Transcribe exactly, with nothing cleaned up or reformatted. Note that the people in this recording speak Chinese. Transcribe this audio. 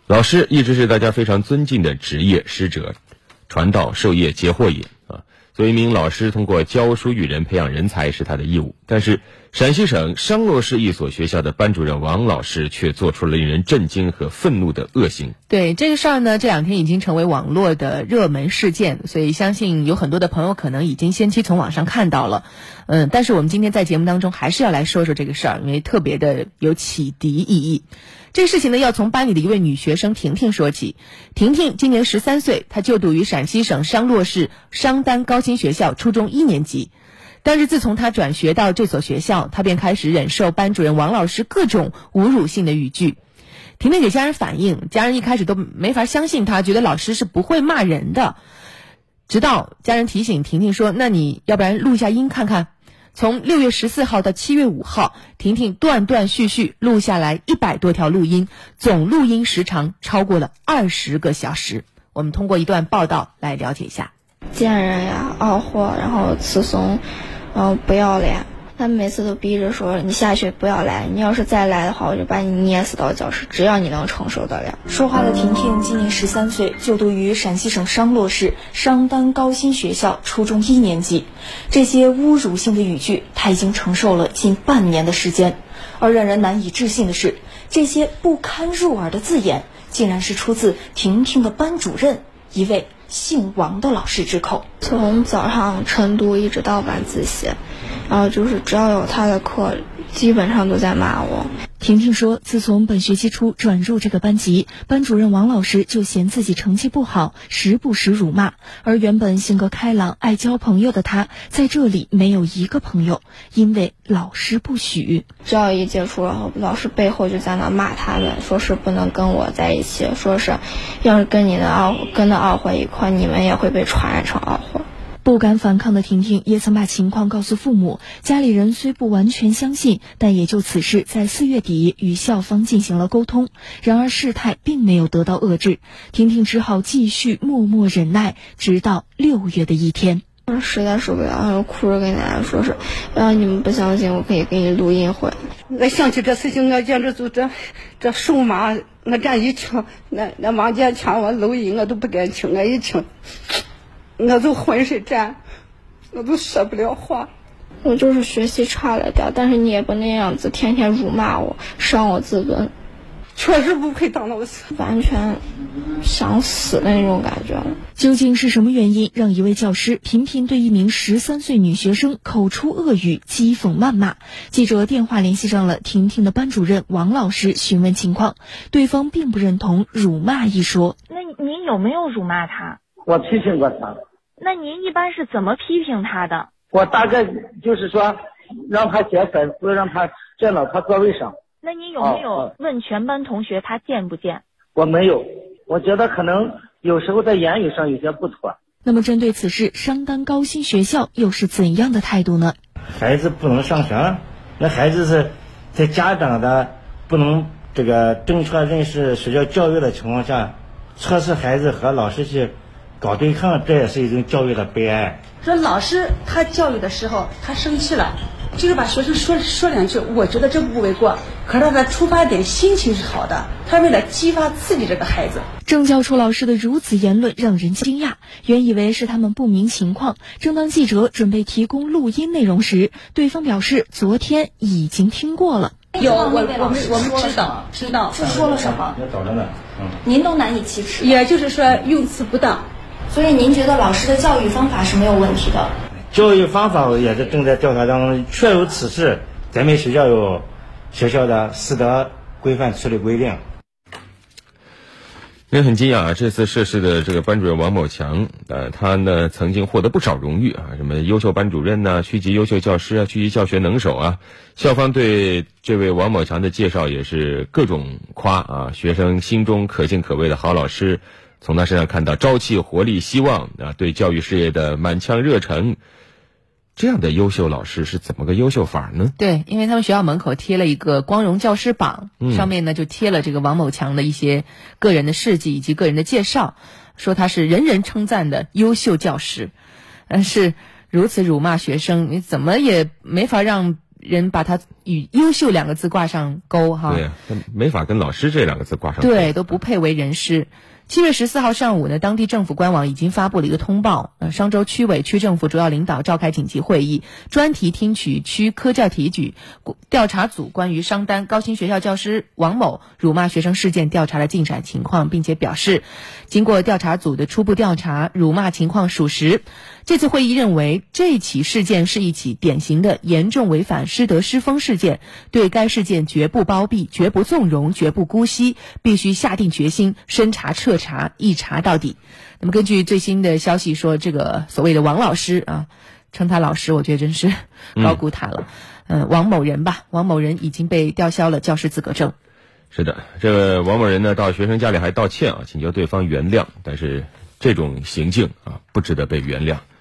老师一直是大家非常尊敬的职业，师者，传道授业解惑也啊。作为一名老师，通过教书育人、培养人才是他的义务。但是，陕西省商洛市一所学校的班主任王老师却做出了令人震惊和愤怒的恶行。 对这个事儿呢，这两天已经成为网络的热门事件，所以相信有很多的朋友可能已经先期从网上看到了。嗯，但是我们今天在节目当中还是要来说说这个事儿，因为特别的有启迪意义。这个事情呢，要从班里的一位女学生婷婷说起。婷婷今年十三岁，她就读于陕西省商洛市商丹高新学校初中一年级。但是自从她转学到这所学校，她便开始忍受班主任王老师各种侮辱性的语句。婷婷给家人反映，家人一开始都没法相信她，觉得老师是不会骂人的。直到家人提醒婷婷说，那你要不然录一下音看看。从六月十四号到七月五号，婷婷断断续续录下来一百多条录音，总录音时长超过了二十个小时。我们通过一段报道来了解一下。 贱人呀，傲货，然后自怂，然后不要脸。他每次都逼着说你下去不要来，你要是再来的话，我就把你捏死到教室，只要你能承受得了。 说话的婷婷今年十三岁，就读于陕西省商洛市商丹高新学校初中一年级。这些侮辱性的语句，她已经承受了近半年的时间。而让人难以置信的是，这些不堪入耳的字眼，竟然是出自婷婷的班主任，一位姓王的老师之口。 从早上晨读一直到晚自习，然后就是只要有他的课，基本上都在骂我。 婷婷说，自从本学期初转入这个班级，班主任王老师就嫌自己成绩不好，时不时辱骂。而原本性格开朗、爱交朋友的她，在这里没有一个朋友，因为老师不许。 只要一接触，然后老师背后就在那骂他们，说是不能跟我在一起，说是要是跟你的二跟那二货一块，你们也会被传染成二货。 不敢反抗的婷婷也曾把情况告诉父母，家里人虽不完全相信，但也就此事在四月底与校方进行了沟通。然而事态并没有得到遏制，婷婷只好继续默默忍耐，直到六月的一天。 实在受不了，然后哭着跟奶奶说是，然后你们不相信，我可以给你录音回来。 我想起这事情，我简直就这这手麻，我这一听，那那王建强我录音我都不敢听，我一听。我就浑身颤，我都说不了话。 我就是学习差了点，但是你也不那样子天天辱骂我，伤我自尊。 确实不配当老师， 完全想死的那种感觉。 究竟是什么原因让一位教师频频对一名十三岁女学生口出恶语、讥讽谩骂？记者电话联系上了婷婷的班主任王老师询问情况，对方并不认同辱骂一说。 那您有没有辱骂他？ 我批评过他。 那您一般是怎么批评他的？ 我大概就是说，让他写粉丝，让他站到他座位上。 那你有没有问全班同学他见不见？ 我没有，我觉得可能有时候在言语上有些不妥。 那么针对此事，商丹高新学校又是怎样的态度呢？ 孩子不能上学，那孩子是在家长的不能这个正确认识学校教育的情况下，测试孩子和老师去搞对抗，这也是一种教育的悲哀。 说老师他教育的时候他生气了，就是把学生说说两句，我觉得这不为过。可是他的出发点心情是好的，他为了激发刺激这个孩子。 政教处老师的如此言论让人惊讶，原以为是他们不明情况。正当记者准备提供录音内容时，对方表示昨天已经听过了。 有我我们我们知道知道是说了什么？ 找着呢，嗯， 您都难以启齿。 也就是说用词不当。 所以您觉得老师的教育方法是没有问题的？ 教育方法也是正在调查当中，确有此事。咱们学校有学校的师德规范处理规定。 人很惊讶啊，这次涉事的这个班主任王某强，呃，他呢曾经获得不少荣誉啊，什么优秀班主任呐、啊、区级优秀教师啊、区级教学能手啊。校方对这位王某强的介绍也是各种夸啊，学生心中可敬可畏的好老师。从他身上看到朝气、活力、希望啊，对教育事业的满腔热忱。这样的优秀老师是怎么个优秀法呢？ 对，因为他们学校门口贴了一个光荣教师榜， 嗯、 上面呢就贴了这个王某强的一些个人的事迹以及个人的介绍，说他是人人称赞的优秀教师。但是如此辱骂学生，你怎么也没法让人把他与优秀两个字挂上钩哈。 对呀、啊，没法跟老师这两个字挂上钩。 对，都不配为人师。七月十四号上午呢，当地政府官网已经发布了一个通报，呃，商州区委区政府主要领导召开紧急会议，专题听取区科教体局调查组关于商丹高新学校教师王某辱骂学生事件调查的进展情况，并且表示，经过调查组的初步调查，辱骂情况属实。这次会议认为，这起事件是一起典型的严重违反师德师风事件，对该事件绝不包庇、绝不纵容、绝不姑息，必须下定决心深查彻查，一查到底。那么根据最新的消息说，这个所谓的王老师啊，称他老师，我觉得真是高估他了。嗯、呃，王某人吧，王某人已经被吊销了教师资格证。 是的，这个王某人呢，到学生家里还道歉啊，请求对方原谅，但是这种行径啊，不值得被原谅。